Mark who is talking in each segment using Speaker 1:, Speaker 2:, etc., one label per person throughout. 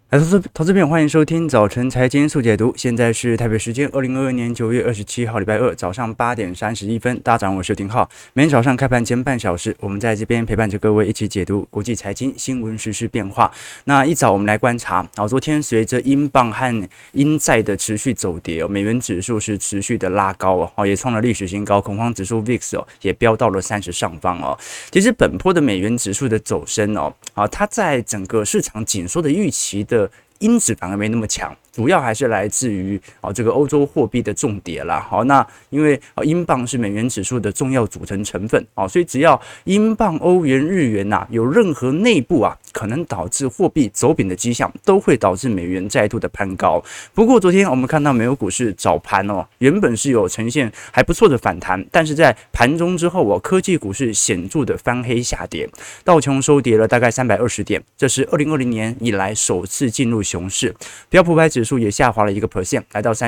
Speaker 1: 投资朋友，欢迎收听早晨财经速解读。现在是台北时间2022年9月27号礼拜二早上8点31分。大家早上我是廷浩。每天早上开盘前半小时，我们在这边陪伴着各位一起解读国际财经新闻时事变化。那一早我们来观察，昨天随着英镑和英债的持续走跌，美元指数是持续的拉高也创了历史新高，恐慌指数 VIX 也飙到了30上方其实本波的美元指数的走升它在整个市场紧缩的预期的因子反而没那么强，主要还是来自于这个欧洲货币的重跌啦。那因为英镑是美元指数的重要组成成分所以只要英镑、欧元、日元有任何内部可能导致货币走贬的迹象，都会导致美元再度的攀高。不过昨天我们看到美国股市早盘原本是有呈现还不错的反弹，但是在盘中之后科技股市显著的翻黑下跌，道琼收跌了大概320点，这是2020年以来首次进入熊市。标普500指数也下滑了1%，来到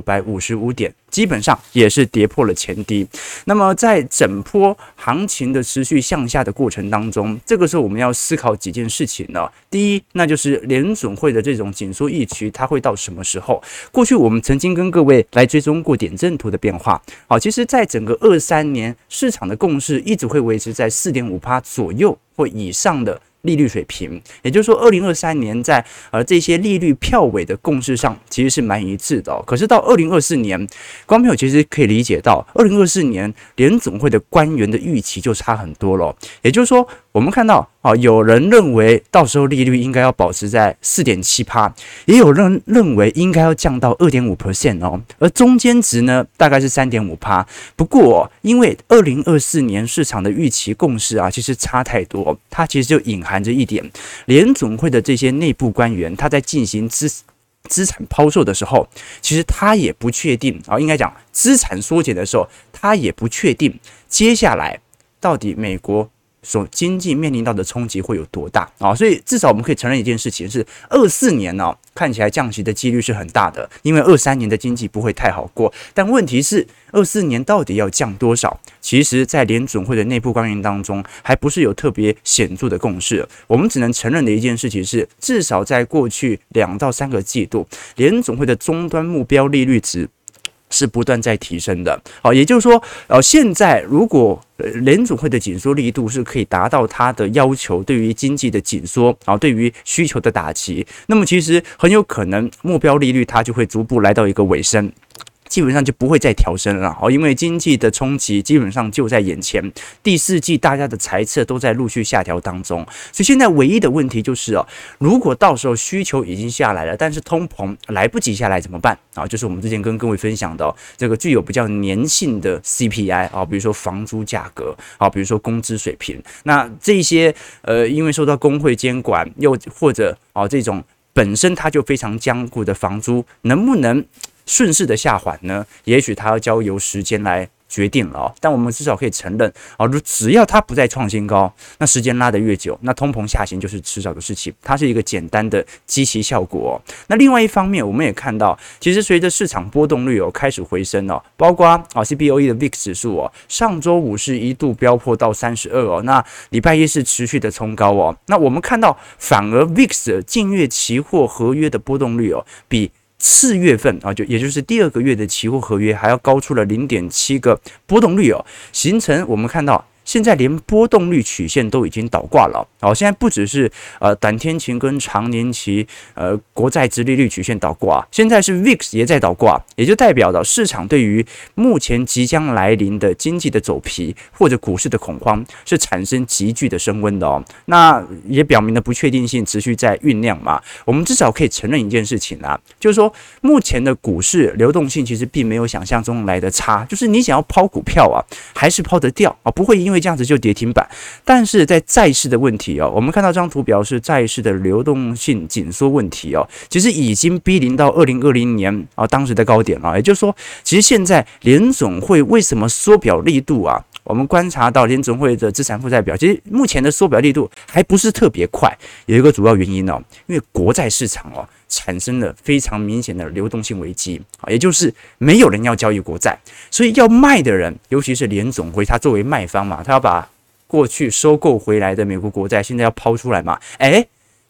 Speaker 1: 3655点，基本上也是跌破了前低。那么在整波行情的持续向下的过程当中，这个时候我们要思考几件事情呢？第一，那就是联准会的这种紧缩预期，它会到什么时候？过去我们曾经跟各位来追踪过点阵图的变化。其实在整个23年，市场的共识一直会维持在 4.5% 左右或以上的利率水平，也就是说2023年在这些利率票尾的共识上其实是蛮一致的可是到2024年，观众朋友其实可以理解到2024年联总会的官员的预期就差很多了也就是说我们看到有人认为到时候利率应该要保持在 4.7%， 也有人认为应该要降到 2.5% 而中间值呢大概是 3.5%。 不过因为2024年市场的预期共识其实差太多，它其实就隐含着一点，联总会的这些内部官员他在进行资产抛售的时候，其实他也不确定应该讲资产缩减的时候，他也不确定接下来到底美国所经济面临到的冲击会有多大所以至少我们可以承认一件事情是24年看起来降息的几率是很大的，因为23年的经济不会太好过。但问题是24年到底要降多少？其实在联准会的内部官员当中还不是有特别显著的共识。我们只能承认的一件事情是，至少在过去2到3个季度，联准会的终端目标利率值是不断在提升的也就是说现在如果联准会的紧缩力度是可以达到它的要求，对于经济的紧缩对于需求的打击，那么其实很有可能目标利率它就会逐步来到一个尾声，基本上就不会再调升了因为经济的冲击基本上就在眼前，第四季大家的财测都在陆续下调当中，所以现在唯一的问题就是如果到时候需求已经下来了，但是通膨来不及下来怎么办就是我们之前跟各位分享的这个具有比较粘性的 CPI 比如说房租价格比如说工资水平，那这些因为受到工会监管，又或者这种本身它就非常坚固的房租，能不能顺势的下缓呢？也许它要交由时间来决定了但我们至少可以承认只要它不再创新高，那时间拉得越久，那通膨下行就是迟早的事情，它是一个简单的基期效果那另外一方面，我们也看到，其实随着市场波动率开始回升包括CBOE 的 VIX 指数上周五是一度飙破到32那礼拜一是持续的冲高那我们看到，反而 VIX 近月期货合约的波动率比4月份也就是第2个月的期货合约还要高出了 0.7 个波动率形成我们看到现在连波动率曲线都已经倒挂了现在不只是短天期跟长年期国债殖利率曲线倒挂，现在是 VIX 也在倒挂，也就代表了市场对于目前即将来临的经济的走皮或者股市的恐慌是产生急剧的升温的那也表明了不确定性持续在酝酿嘛。我们至少可以承认一件事情就是说目前的股市流动性其实并没有想象中来的差，就是你想要抛股票还是抛得掉不会因为这样子就跌停板。但是在债市的问题我们看到这张图表是债市的流动性紧缩问题其实已经逼临到2020年当时的高点了。也就是说，其实现在联总会为什么缩表力度我们观察到联总会的资产负债表，其实目前的缩表力度还不是特别快，有一个主要原因因为国债市场产生了非常明显的流动性危机也就是没有人要交易国债，所以要卖的人，尤其是联总会，他作为卖方嘛，他要把过去收购回来的美国国债现在要抛出来嘛，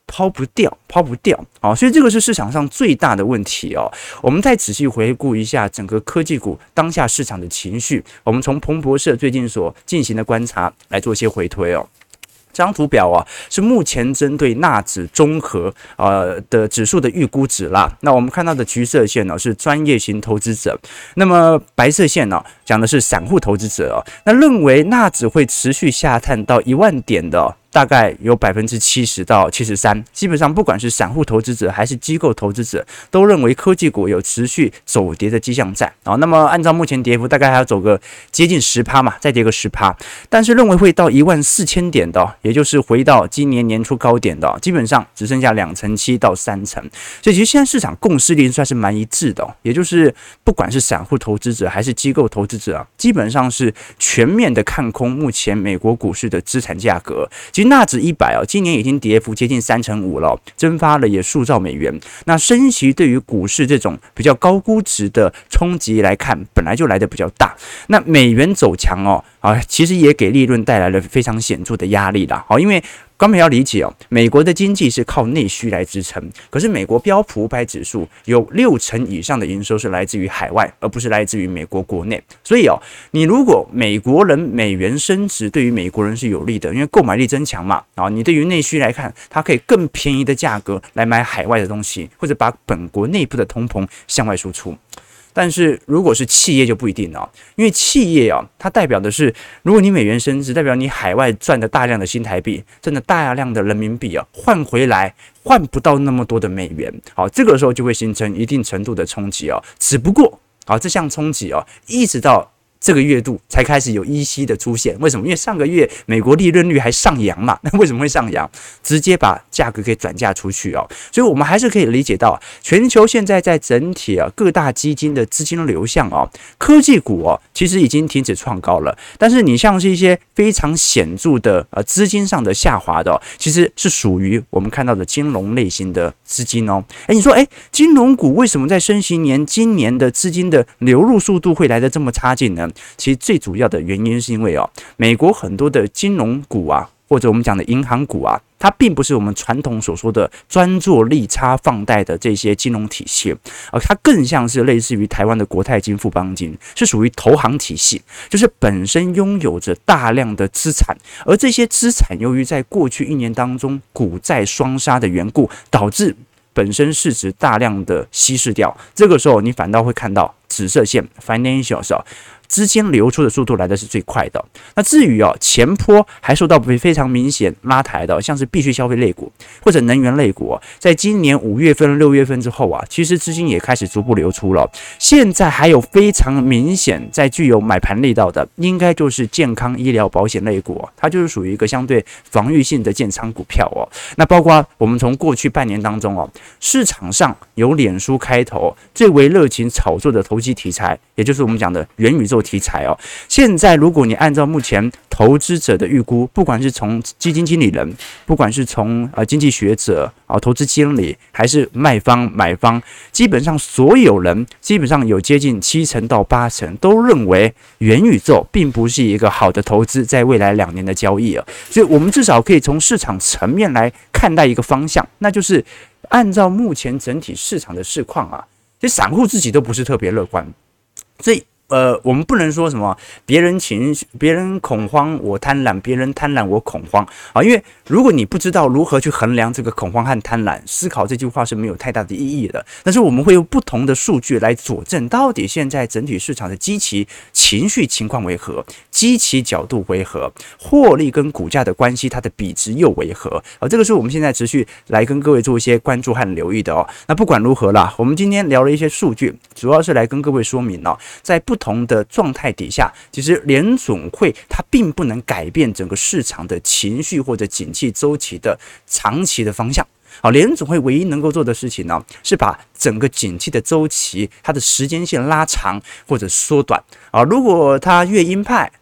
Speaker 1: 抛不掉。所以这个是市场上最大的问题哦。我们再仔细回顾一下整个科技股当下市场的情绪，我们从彭博社最近所进行的观察来做一些回推哦。这张图表啊，是目前针对纳指综合的指数的预估值啦。那我们看到的橘色线呢是专业型投资者，那么白色线呢讲的是散户投资者哦。那认为纳指会持续下探到10000点的大概有70%到73%，基本上不管是散户投资者还是机构投资者，都认为科技股有持续走跌的迹象在啊。那么按照目前跌幅，大概还要走个接近10%嘛，再跌个10%，但是认为会到14000点的，也就是回到今年年初高点的，基本上只剩下7%到3%。所以其实现在市场共识力算是蛮一致的，也就是不管是散户投资者还是机构投资者啊，基本上是全面的看空目前美国股市的资产价格。其实纳指100今年已经跌幅接近35%了，蒸发了也数兆美元。那升息对于股市这种比较高估值的冲击来看，本来就来得比较大。那美元走强其实也给利润带来了非常显著的压力啦。因为刚才要理解美国的经济是靠内需来支撑，可是美国标普500指数有60%以上的营收是来自于海外，而不是来自于美国国内。所以你如果美国人美元升值，对于美国人是有利的，因为购买力增强嘛。你对于内需来看，它可以更便宜的价格来买海外的东西，或者把本国内部的通膨向外输出。但是如果是企业就不一定了，因为企业它代表的是，如果你美元升值，代表你海外赚的大量的新台币，真的大量的人民币换回来换不到那么多的美元，这个时候就会形成一定程度的冲击只不过这项冲击一直到这个月度才开始有依稀的出现。为什么？因为上个月美国利润率还上扬嘛。那为什么会上扬？直接把价格给转嫁出去所以我们还是可以理解到，全球现在在整体各大基金的资金流向科技股其实已经停止创高了。但是你像是一些非常显著的资金上的下滑的其实是属于我们看到的金融类型的资金你说金融股为什么在升息年今年的资金的流入速度会来得这么差劲呢？其实最主要的原因是因为美国很多的金融股或者我们讲的银行股它并不是我们传统所说的专做利差放贷的这些金融体系，它更像是类似于台湾的国泰金、富邦金，是属于投行体系，就是本身拥有着大量的资产，而这些资产由于在过去1年当中股债双杀的缘故，导致本身市值大量的稀释掉。这个时候你反倒会看到紫色线 financials资金流出的速度来的是最快的。那至于前波还受到非常明显拉抬的，像是必需消费类股或者能源类股在今年5月份、6月份之后其实资金也开始逐步流出了。现在还有非常明显在具有买盘力道的，应该就是健康医疗保险类股它就是属于一个相对防御性的建仓股票那包括我们从过去半年当中市场上有脸书开头最为热情炒作的投机题材，也就是我们讲的元宇宙题材现在如果你按照目前投资者的预估，不管是从基金经理人，不管是从经济学者投资经理，还是卖方买方，基本上所有人基本上有接近70%到80%都认为元宇宙并不是一个好的投资，在未来2年的交易所以我们至少可以从市场层面来看待一个方向，那就是按照目前整体市场的市况其实散户自己都不是特别乐观，所以我们不能说什么别人恐慌我贪婪，别人贪婪我恐慌因为如果你不知道如何去衡量这个恐慌和贪婪，思考这句话是没有太大的意义的。但是我们会用不同的数据来佐证到底现在整体市场的基期情绪情况为何，基期角度为何，获利跟股价的关系它的比值又为何这个是我们现在持续来跟各位做一些关注和留意的那不管如何啦，我们今天聊了一些数据，主要是来跟各位说明在不同的状态底下，其实联准会它并不能改变整个市场的情绪或者景气周期的长期的方向。联准会唯一能够做的事情呢，是把整个景气的周期它的时间线拉长或者缩短如果它越鹰派，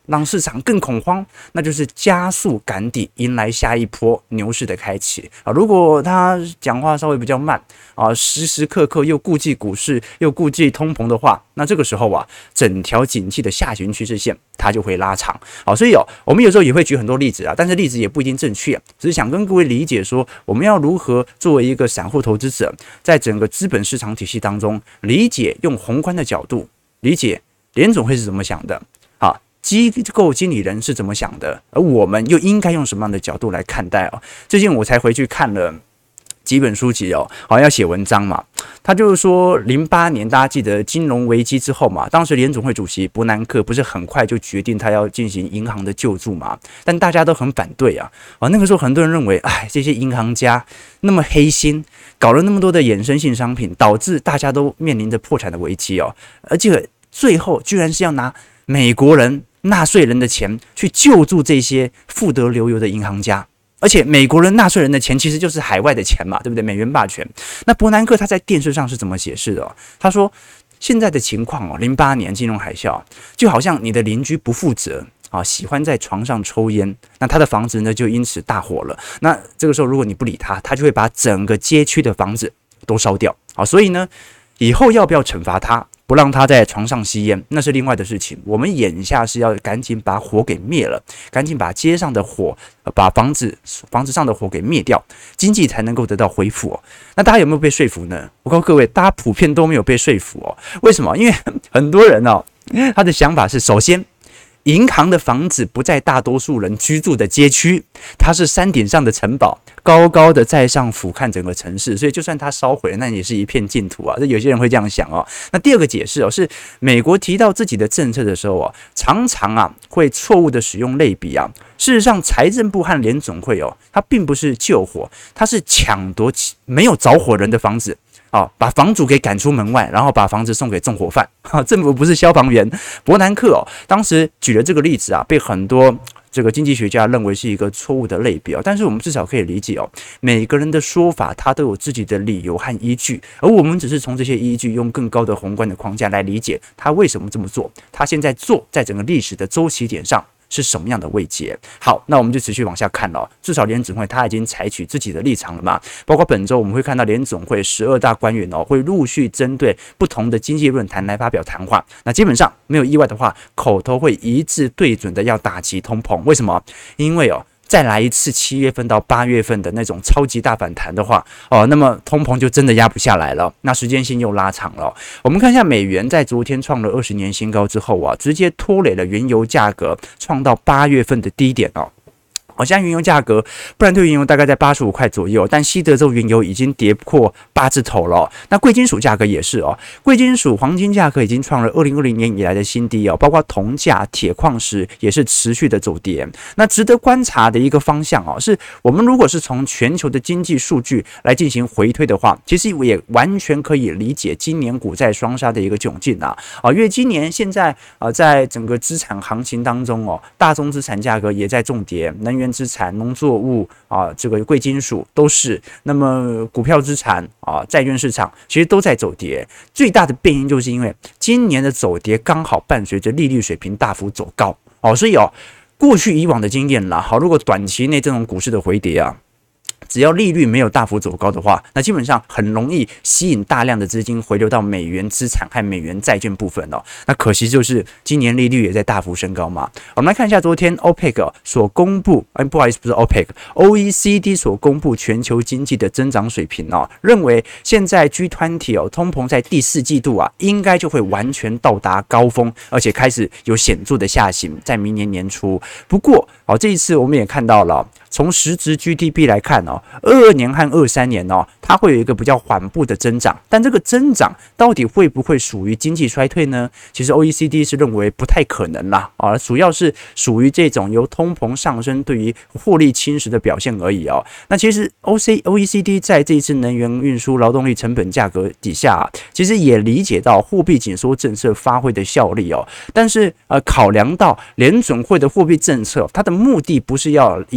Speaker 1: 让市场更恐慌，那就是加速赶底，迎来下一波牛市的开启啊。如果他讲话稍微比较慢啊，时时刻刻又顾忌股市又顾忌通膨的话，那这个时候啊，整条景气的下行趋势线它就会拉长啊。所以我们有时候也会举很多例子啊，但是例子也不一定正确，只是想跟各位理解说，我们要如何作为一个散户投资者，在整个资本市场体系当中，理解用宏观的角度理解联总会是怎么想的。机构经理人是怎么想的，而我们又应该用什么样的角度来看待哦？最近我才回去看了几本书籍哦，好像要写文章嘛。他就是说，08年大家记得金融危机之后嘛，当时联总会主席伯南克不是很快就决定他要进行银行的救助嘛？但大家都很反对啊。那个时候很多人认为，这些银行家那么黑心，搞了那么多的衍生性商品，导致大家都面临着破产的危机哦。而且最后居然是要拿美国人纳税人的钱去救助这些富得流油的银行家，而且美国人纳税人的钱其实就是海外的钱嘛，对不对？美元霸权。那伯南克他在电视上是怎么解释的？他说现在的情况08年金融海啸就好像你的邻居不负责喜欢在床上抽烟，那他的房子呢就因此大火了。那这个时候如果你不理他，他就会把整个街区的房子都烧掉所以呢，以后要不要惩罚他？不让他在床上吸烟，那是另外的事情。我们眼下是要赶紧把火给灭了，赶紧把街上的火，把房子上的火给灭掉，经济才能够得到恢复那大家有没有被说服呢？我告诉各位，大家普遍都没有被说服为什么？因为很多人他的想法是，首先，银行的房子不在大多数人居住的街区，它是山顶上的城堡，高高的在上俯瞰整个城市，所以就算它烧毁了，那也是一片净土这有些人会这样想那第二个解释是美国提到自己的政策的时候常常会错误的使用类比事实上，财政部和联总会它并不是救火，它是抢夺没有着火人的房子。把房主给赶出门外，然后把房子送给纵火犯。政府不是消防员。伯南克当时举了这个例子被很多这个经济学家认为是一个错误的类比但是我们至少可以理解每个人的说法他都有自己的理由和依据，而我们只是从这些依据用更高的宏观的框架来理解他为什么这么做，他现在做在整个历史的周期点上是什么样的位阶？好，那我们就持续往下看至少联总会他已经采取自己的立场了嘛？包括本周我们会看到联总会12大官员会陆续针对不同的经济论坛来发表谈话。那基本上没有意外的话，口头会一致对准的要打击通膨。为什么？因为再来一次7月份到8月份的那种超级大反弹的话那么通膨就真的压不下来了，那时间性又拉长了我们看一下美元在昨天创了20年新高之后直接拖累了原油价格创到8月份的低点现在原油价格，布兰特原油大概在85块左右，但西德州原油已经跌破8字头了那贵金属价格也是贵金属黄金价格已经创了2020年以来的新低包括铜价、铁矿石也是持续的走跌。那值得观察的一个方向是我们如果是从全球的经济数据来进行回推的话，其实也完全可以理解今年股债双杀的一个窘境因为今年现在在整个资产行情当中大宗资产价格也在重跌，能源资产、农作物这个贵金属都是，那么股票资产债券市场其实都在走跌。最大的变因就是因为今年的走跌刚好伴随着利率水平大幅走高所以过去以往的经验啦，如果短期内这种股市的回跌只要利率没有大幅走高的话，那基本上很容易吸引大量的资金回流到美元资产和美元债券部分那可惜就是今年利率也在大幅升高嘛。我们来看一下昨天 OPEC 所公布，不好意思，不是 OPEC，OECD 所公布全球经济的增长水平认为现在 G20 通膨在第4季度应该就会完全到达高峰，而且开始有显著的下行，在明年年初。不过这一次我们也看到了从实质 GDP 来看22年和23年它会有一个比较缓步的增长，但这个增长到底会不会属于经济衰退呢？其实 OECD 是认为不太可能啦主要是属于这种由通膨上升对于获利侵蚀的表现而已那其实 OECD 在这一次能源运输劳动力成本价格底下其实也理解到货币紧缩政策发挥的效力但是考量到联准会的货币政策，它的目的不是要迎来一次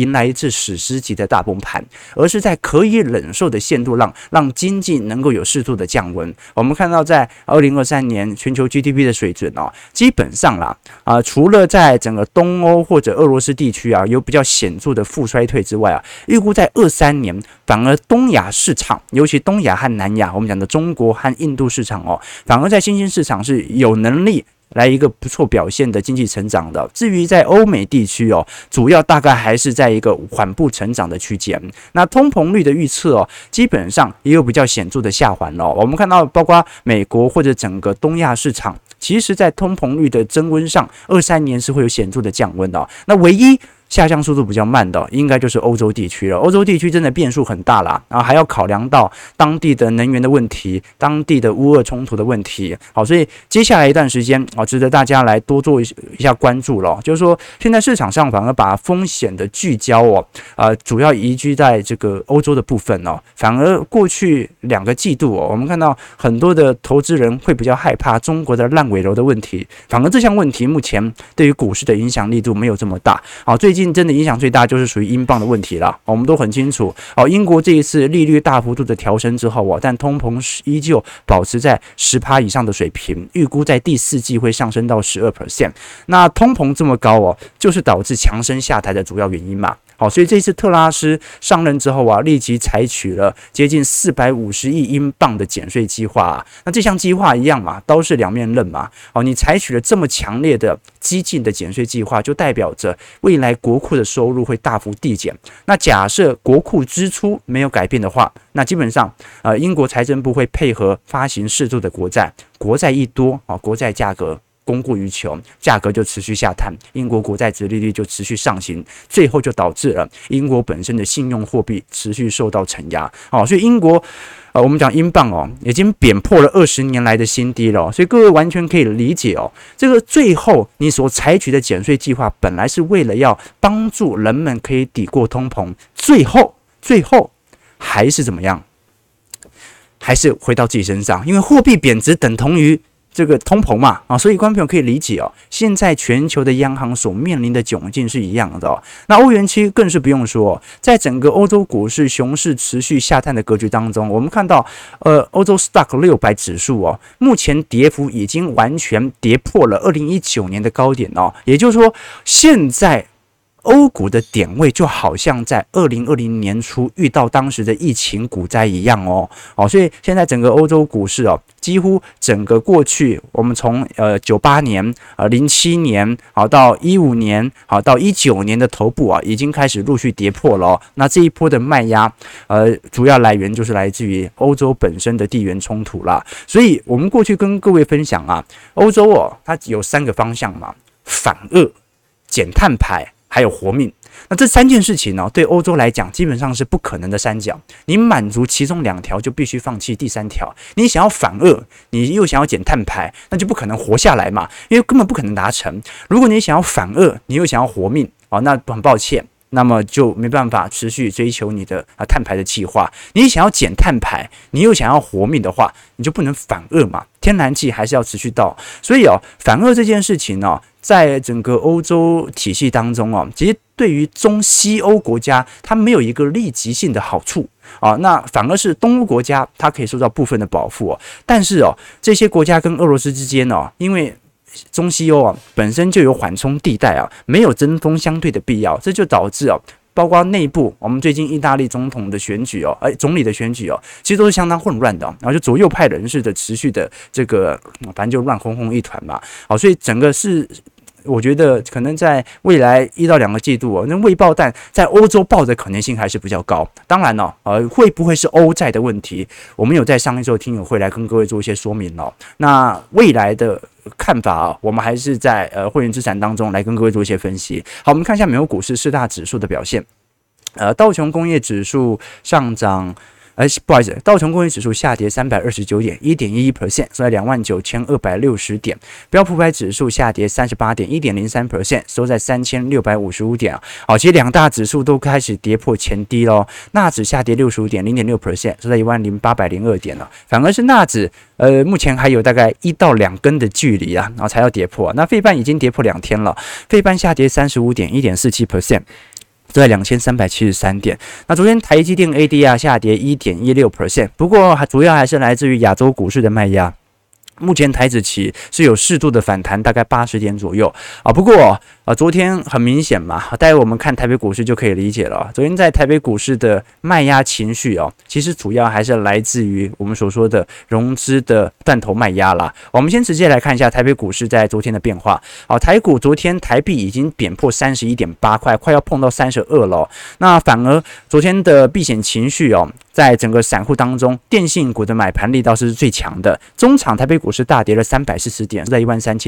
Speaker 1: 是史诗级的大崩盘，而是在可以忍受的限度让经济能够有适度的降温。我们看到在2023年全球 GDP 的水准基本上啦除了在整个东欧或者俄罗斯地区有比较显著的负衰退之外预估在23年反而东亚市场，尤其东亚和南亚，我们讲的中国和印度市场反而在新兴市场是有能力来一个不错表现的经济成长的。至于在欧美地区主要大概还是在一个缓步成长的区间。那通膨率的预测基本上也有比较显著的下滑我们看到包括美国或者整个东亚市场，其实在通膨率的增温上，23年是会有显著的降温的。那唯一下降速度比较慢的应该就是欧洲地区了。欧洲地区真的变数很大啦，然后还要考量到当地的能源的问题，当地的乌俄冲突的问题。好，所以接下来一段时间值得大家来多做一下关注了。就是说，现在市场上反而把风险的聚焦主要移居在这个欧洲的部分反而过去2个季度我们看到很多的投资人会比较害怕中国的烂尾楼的问题，反而这项问题目前对于股市的影响力度没有这么大。好，最近真的影响最大就是属于英镑的问题了。我们都很清楚英国这一次利率大幅度的调升之后但通膨依旧保持在 10% 以上的水平，预估在第4季会上升到 12%。 那通膨这么高就是导致强生下台的主要原因嘛。好，所以这次特拉斯上任之后立即采取了接近450亿英镑的减税计划那这项计划一样嘛，刀是两面刃嘛。你采取了这么强烈的激进的减税计划，就代表着未来国库的收入会大幅递减。那假设国库支出没有改变的话，那基本上英国财政部会配合发行适度的国债，国债一多国债价格供过于求，价格就持续下探，英国国债殖利率就持续上行，最后就导致了英国本身的信用货币持续受到承压。所以英国我们讲英镑已经贬破了20年来的新低了。所以各位完全可以理解这个最后你所采取的减税计划本来是为了要帮助人们可以抵过通膨，最后还是怎么样？还是回到自己身上，因为货币贬值等同于这个通膨嘛所以观众朋友可以理解现在全球的央行所面临的窘境是一样的那欧元区更是不用说在整个欧洲股市熊市持续下探的格局当中，我们看到欧洲 Stock 600指数目前跌幅已经完全跌破了2019年的高点也就是说现在欧股的点位就好像在2020年初遇到当时的疫情股灾一样所以现在整个欧洲股市几乎整个过去我们从98年07年到15年到19年的头部已经开始陆续跌破了那这一波的卖压主要来源就是来自于欧洲本身的地缘冲突啦。所以我们过去跟各位分享欧洲它有3个方向嘛，反俄、减碳排还有活命。那这3件事情对欧洲来讲基本上是不可能的三角，你满足其中2条就必须放弃第3条。你想要反俄，你又想要减碳排，那就不可能活下来嘛，因为根本不可能达成。如果你想要反俄，你又想要活命那很抱歉，那么就没办法持续追求你的碳排的计划。你想要减碳排，你又想要活命的话，你就不能反俄嘛，天然气还是要持续到。所以反俄这件事情在整个欧洲体系当中其实对于中西欧国家它没有一个立即性的好处那反而是东欧国家它可以受到部分的保护但是这些国家跟俄罗斯之间因为中西欧本身就有缓冲地带没有针锋相对的必要，这就导致包括内部，我们最近意大利总统的选举总理的选举其实都是相当混乱的然后就左右派人士的持续的这个反正就乱哄哄一团嘛所以整个是我觉得可能在未来1到2个季度那未爆弹在欧洲爆的可能性还是比较高。当然会不会是欧债的问题，我们有在上一周听友会来跟各位做一些说明那未来的看法我们还是在会员资产当中来跟各位做一些分析。好，我们看一下美国股市4大指数的表现。道琼工业指数上涨不好意思，道琼工业指数下跌329点 1.11%， 收在29260点。标普500指数下跌38点 1.03%， 收在3655点。好，其实2大指数都开始跌破前低咯。纳指下跌65点 0.6%， 收在10802点了。反而是纳指目前还有大概1到2根的距离然后才要跌破。那费半已经跌破2天了，费半下跌35点 1.47%。 在2373点。那昨天台积电 ADR 下跌 1.16%， 不过主要还是来自于亚洲股市的卖压。目前台指期是有适度的反弹，大概80点左右啊。不过昨天很明显嘛，待会我们看台北股市就可以理解了。昨天在台北股市的卖压情绪其实主要还是来自于我们所说的融资的断头卖压啦。我们先直接来看一下台北股市在昨天的变化。台股昨天台币已经贬破 31.8 块，快要碰到32了。那反而昨天的避险情绪在整个散户当中，电信股的买盘力道是最强的。中场台北股市大跌了340点，是在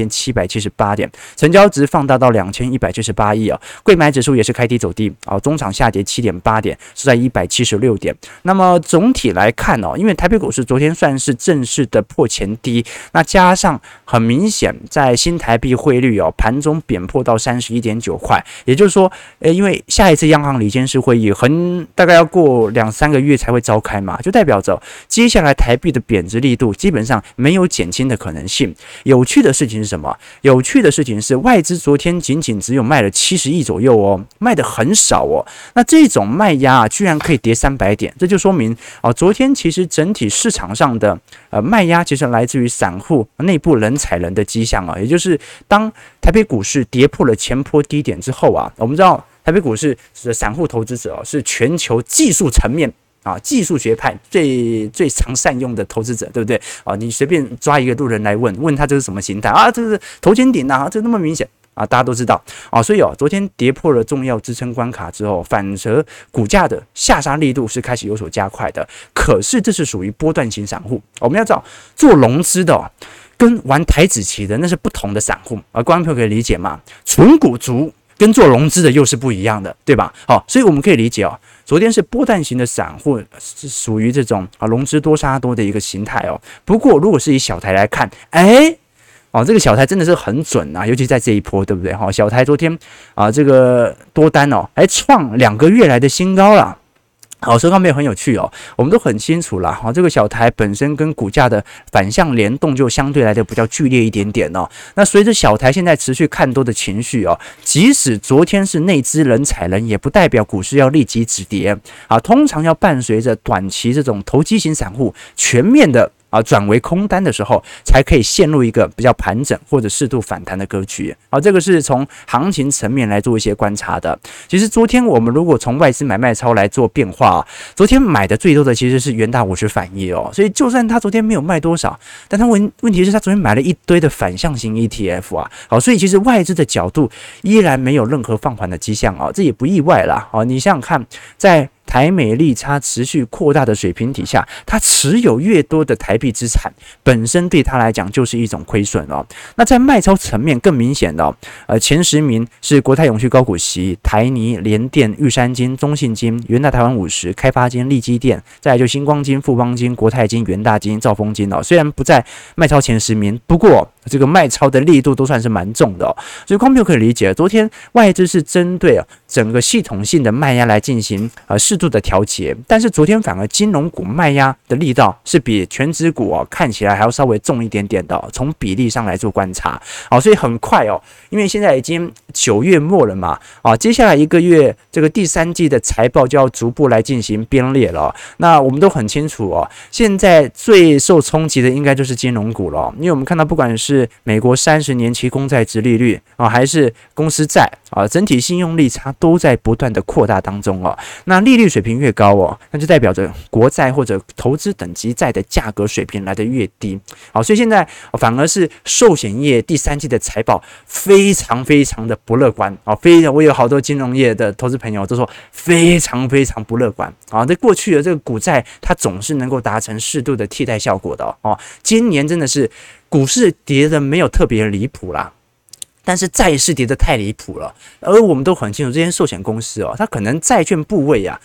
Speaker 1: 13778点，成交值放大到2178亿柜买指数也是开低走低中场下跌7.8点，是在176点。那么总体来看因为台北股市昨天算是正式的破前低，那加上很明显在新台币汇率盘中贬破到 31.9 块，也就是说因为下一次央行理监事会议大概要过2-3个月才会召开嘛，就代表着接下来台币的贬值力度基本上没有减轻的可能性。有趣的事情是什么？有趣的事情是外资昨天仅只有卖了70亿左右卖的很少那这种卖压居然可以跌300点，这就说明昨天其实整体市场上的卖压其实来自于散户内部人踩人的迹象也就是当台北股市跌破了前波低点之后我们知道台北股市的散户投资者是全球技术层面技术学派最常善用的投资者，对不对你随便抓一个路人来问他这是什么形态这是头肩顶这那么明显大家都知道所以昨天跌破了重要支撑关卡之后，反而股价的下杀力度是开始有所加快的。可是这是属于波段型散户，我们要知道做融资的跟玩台指期的那是不同的散户观众朋友可以理解吗？纯股族跟做融资的又是不一样的，对吧？所以我们可以理解昨天是波段型的散户是属于这种融资多杀多的一个形态不过如果是以小台来看，这个小台真的是很准尤其在这一波，对不对？小台昨天这个多单还创2个月来的新高了。所以方面很有趣我们都很清楚啦这个小台本身跟股价的反向联动就相对来的比较剧烈一点点那随着小台现在持续看多的情绪即使昨天是内资人踩人，也不代表股市要立即止跌通常要伴随着短期这种投机型散户全面的转为空单的时候，才可以陷入一个比较盘整或者适度反弹的格局。这个是从行情层面来做一些观察的。其实昨天我们如果从外资买卖超来做变化昨天买的最多的其实是元大50反一所以就算他昨天没有卖多少，但他问题是他昨天买了一堆的反向型 ETF 所以其实外资的角度依然没有任何放缓的迹象这也不意外啦你想想看，在台美利差持续扩大的水平底下，他持有越多的台币资产，本身对他来讲就是一种亏损那在卖超层面更明显的前10名是国泰永续高股息、台泥、联电、玉山金、中信金、元大台湾50、开发金、利基电，再来就星光金、富邦金、国泰金、元大金、兆丰金虽然不在卖超前10名，不过这个卖超的力度都算是蛮重的所以观众可以理解，昨天外资是针对整个系统性的卖压来进行适度的调节，但是昨天反而金融股卖压的力道是比全指股看起来还要稍微重一点点的从比例上来做观察所以很快因为现在已经9月末了嘛接下来1个月这个第3季的财报就要逐步来进行编列了那我们都很清楚现在最受冲击的应该就是金融股了因为我们看到不管是美国30年期公债殖利率还是公司债整体信用利差都在不断的扩大当中那利率水平越高那就代表着国债或者投资等级债的价格水平来得越低所以现在反而是寿险业第3季的财报非常非常的不乐观我有好多金融业的投资朋友都说非常非常不乐观在过去的这个股债它总是能够达成适度的替代效果的今年真的是股市跌的没有特别离谱啦，但是债市跌得太离谱了，而我们都很清楚，这些寿险公司它可能债券部位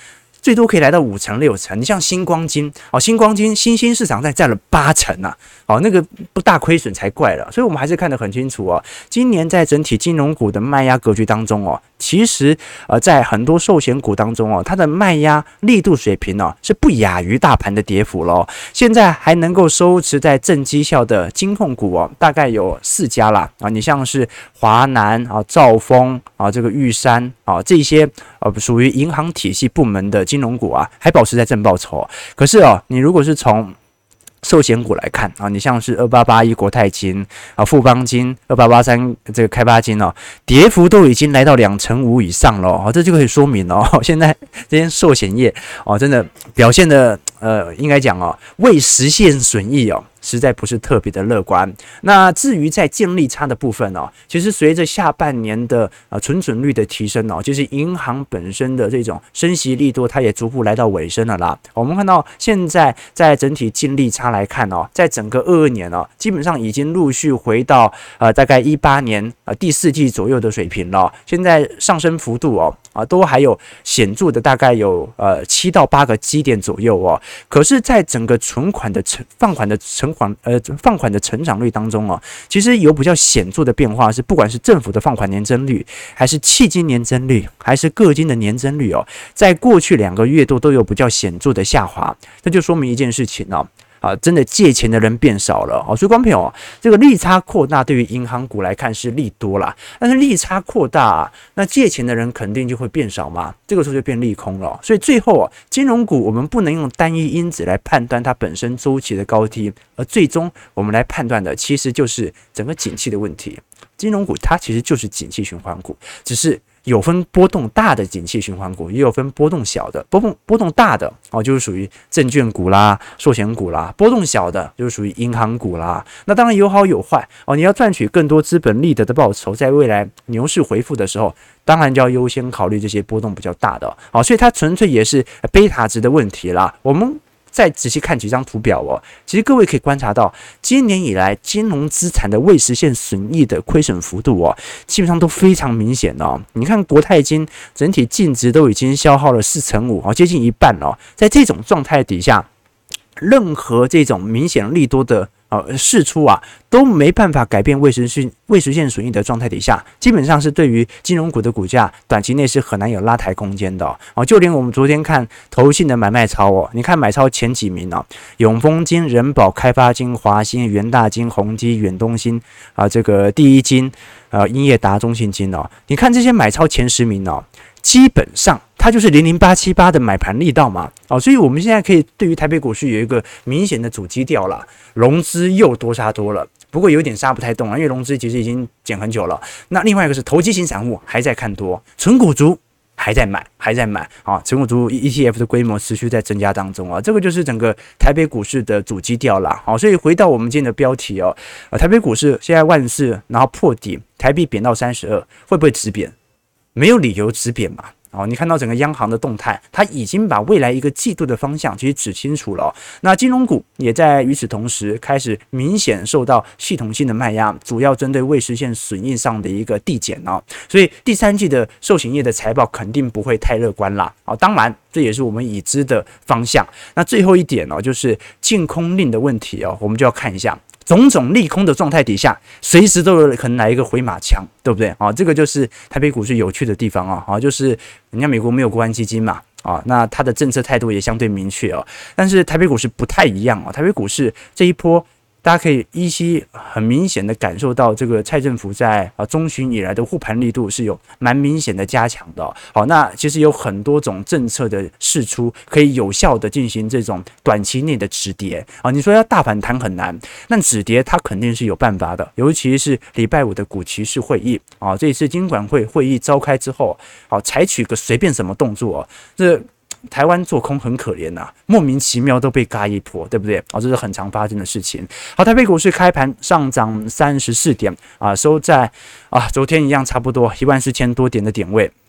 Speaker 1: 最多可以来到5成6成。你像新光金新光金新兴市场占了8成啊，那个不大亏损才怪了。所以我们还是看得很清楚今年在整体金融股的卖压格局当中其实在很多寿险股当中它的卖压力度水平是不亚于大盘的跌幅了。现在还能够收持在正绩效的金控股大概有4家啦你像是华南兆丰这个玉山这些属于银行体系部门的金融股还保持在正报酬。可是你如果是从寿险股来看你像是2881国泰金富邦金2883这个开发金跌幅都已经来到2成5以上了这就可以说明现在这些寿险业真的表现的应该讲未实现损益实在不是特别的乐观。那至于在净利差的部分其实随着下半年的存准率的提升其实银行本身的这种升息利多它也逐步来到尾声了啦。我们看到现在在整体净利差来看在整个22年基本上已经陆续回到大概18年第4季左右的水平了。现在上升幅度都还有显著的大概有7到8个基点左右可是在整个存款的放款的成长率当中其实有比较显著的变化，是不管是政府的放款年增率，还是企金年增率，还是个金的年增率在过去2个月都有比较显著的下滑。这就说明一件事情真的借钱的人变少了所以观众朋友这个利差扩大对于银行股来看是利多啦，但是利差扩大那借钱的人肯定就会变少嘛，这个时候就变利空了。所以最后金融股我们不能用单一因子来判断它本身周期的高低，而最终我们来判断的其实就是整个景气的问题。金融股它其实就是景气循环股，只是有分波动大的景气循环股，也有分波动小的。波动大的就是属于证券股啦、寿险股啦；波动小的就是属于银行股啦。那当然有好有坏你要赚取更多资本利得的报酬，在未来牛市回复的时候，当然就要优先考虑这些波动比较大的所以它纯粹也是贝塔值的问题啦。我们再仔细看几张图表其实各位可以观察到，今年以来金融资产的未实现损益的亏损幅度基本上都非常明显你看国泰金整体净值都已经消耗了4成5接近一半在这种状态底下，任何这种明显利多的释出都没办法改变未实现损益的状态底下，基本上是对于金融股的股价短期内是很难有拉抬空间的就连我们昨天看投信的买卖超你看买超前几名永丰金、人保、开发金、华兴、元大金、宏基、远东新这个第一金英业达、中信金你看这些买超前10名基本上它就是00878的买盘力道嘛所以我们现在可以对于台北股市有一个明显的主基调啦，融资又多杀多了，不过有点杀不太动因为融资其实已经减很久了。那另外一个是投机型散户还在看多，纯股族还在买纯股族 ETF 的规模持续在增加当中这个就是整个台北股市的主基调啦所以回到我们今天的标题台北股市现在万四，然后破底，台币贬到32，会不会止贬？没有理由止贬嘛你看到整个央行的动态，它已经把未来一个季度的方向其实指清楚了那金融股也在与此同时开始明显受到系统性的卖压，主要针对未实现损益上的一个递减所以第3季的寿险业的财报肯定不会太乐观啦当然这也是我们已知的方向。那最后一点就是净空令的问题我们就要看一下。种种利空的状态底下，随时都有可能来一个回马枪，对不对这个就是台北股市有趣的地方就是人家美国没有国安基金嘛那它的政策态度也相对明确但是台北股市不太一样台北股市这一波大家可以依稀很明显的感受到，这个蔡政府在中旬以来的护盘力度是有蛮明显的加强的。好，那其实有很多种政策的释出，可以有效的进行这种短期内的止跌啊。你说要大反弹很难，那止跌它肯定是有办法的，尤其是礼拜五的股期市会议啊，这一次金管会会议召开之后，好，采取个随便什么动作，这台湾做空很可怜呐，莫名其妙都被嘎一波，对不对？这是很常发生的事情。好，台北股市开盘上涨34点啊，收在昨天一样差不多14000多点的点位。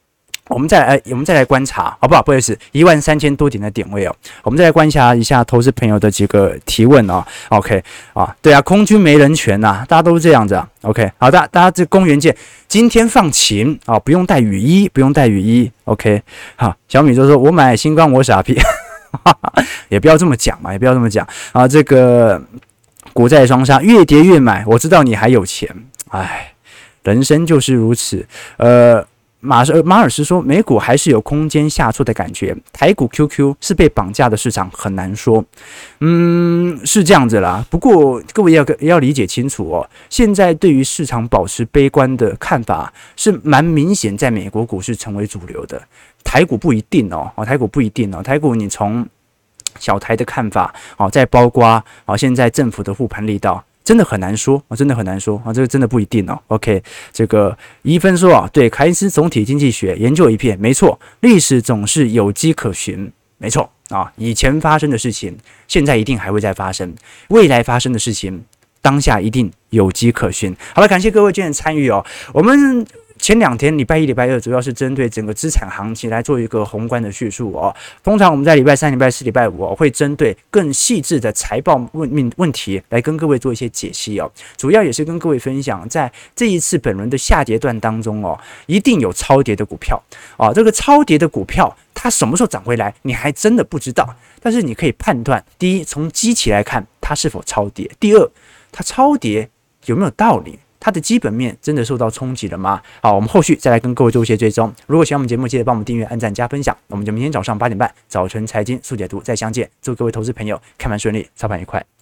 Speaker 1: 我们再来观察，好不好？不好意思，13000多点的点位哦，我们再来观察一下投资朋友的几个提问哦。OK 啊，对啊，空军没人权呐，大家都是这样子啊。OK， 好，大家这公园见，今天放晴啊，不用带雨衣，不用带雨衣。OK， 好，小米就说我买星光我傻逼，也不要这么讲嘛，也不要这么讲啊。这个股债双杀，越跌越买，我知道你还有钱，哎，人生就是如此，马尔斯说，美股还是有空间下挫的感觉，台股 QQ 是被绑架的市场，很难说。是这样子啦。不过各位要理解清楚哦，现在对于市场保持悲观的看法是蛮明显，在美国股市成为主流的，台股不一定哦。台股不一定哦，台股你从小台的看法，再包括现在政府的护盘力道。真的很难说，真的很难说啊，这个真的不一定哦。OK， 这个一分说啊，对，凯恩斯总体经济学研究一片，没错，历史总是有迹可循，没错啊，以前发生的事情，现在一定还会再发生，未来发生的事情，当下一定有迹可循。好了，感谢各位今天的参与哦，我们前2天礼拜一、礼拜二主要是针对整个资产行情来做一个宏观的叙述哦。通常我们在礼拜三、礼拜四、礼拜五会针对更细致的财报问题来跟各位做一些解析哦。主要也是跟各位分享，在这一次本轮的下跌段当中哦，一定有超跌的股票哦。这个超跌的股票它什么时候涨回来，你还真的不知道。但是你可以判断，第一，从基期来看它是否超跌；第二，它超跌有没有道理？它的基本面真的受到冲击了吗？好，我们后续再来跟各位做一些追踪。如果喜欢我们节目，记得帮我们订阅、按赞、加分享。我们就明天早上8点半，早晨财经速解读再相见。祝各位投资朋友开盘顺利，操盘愉快。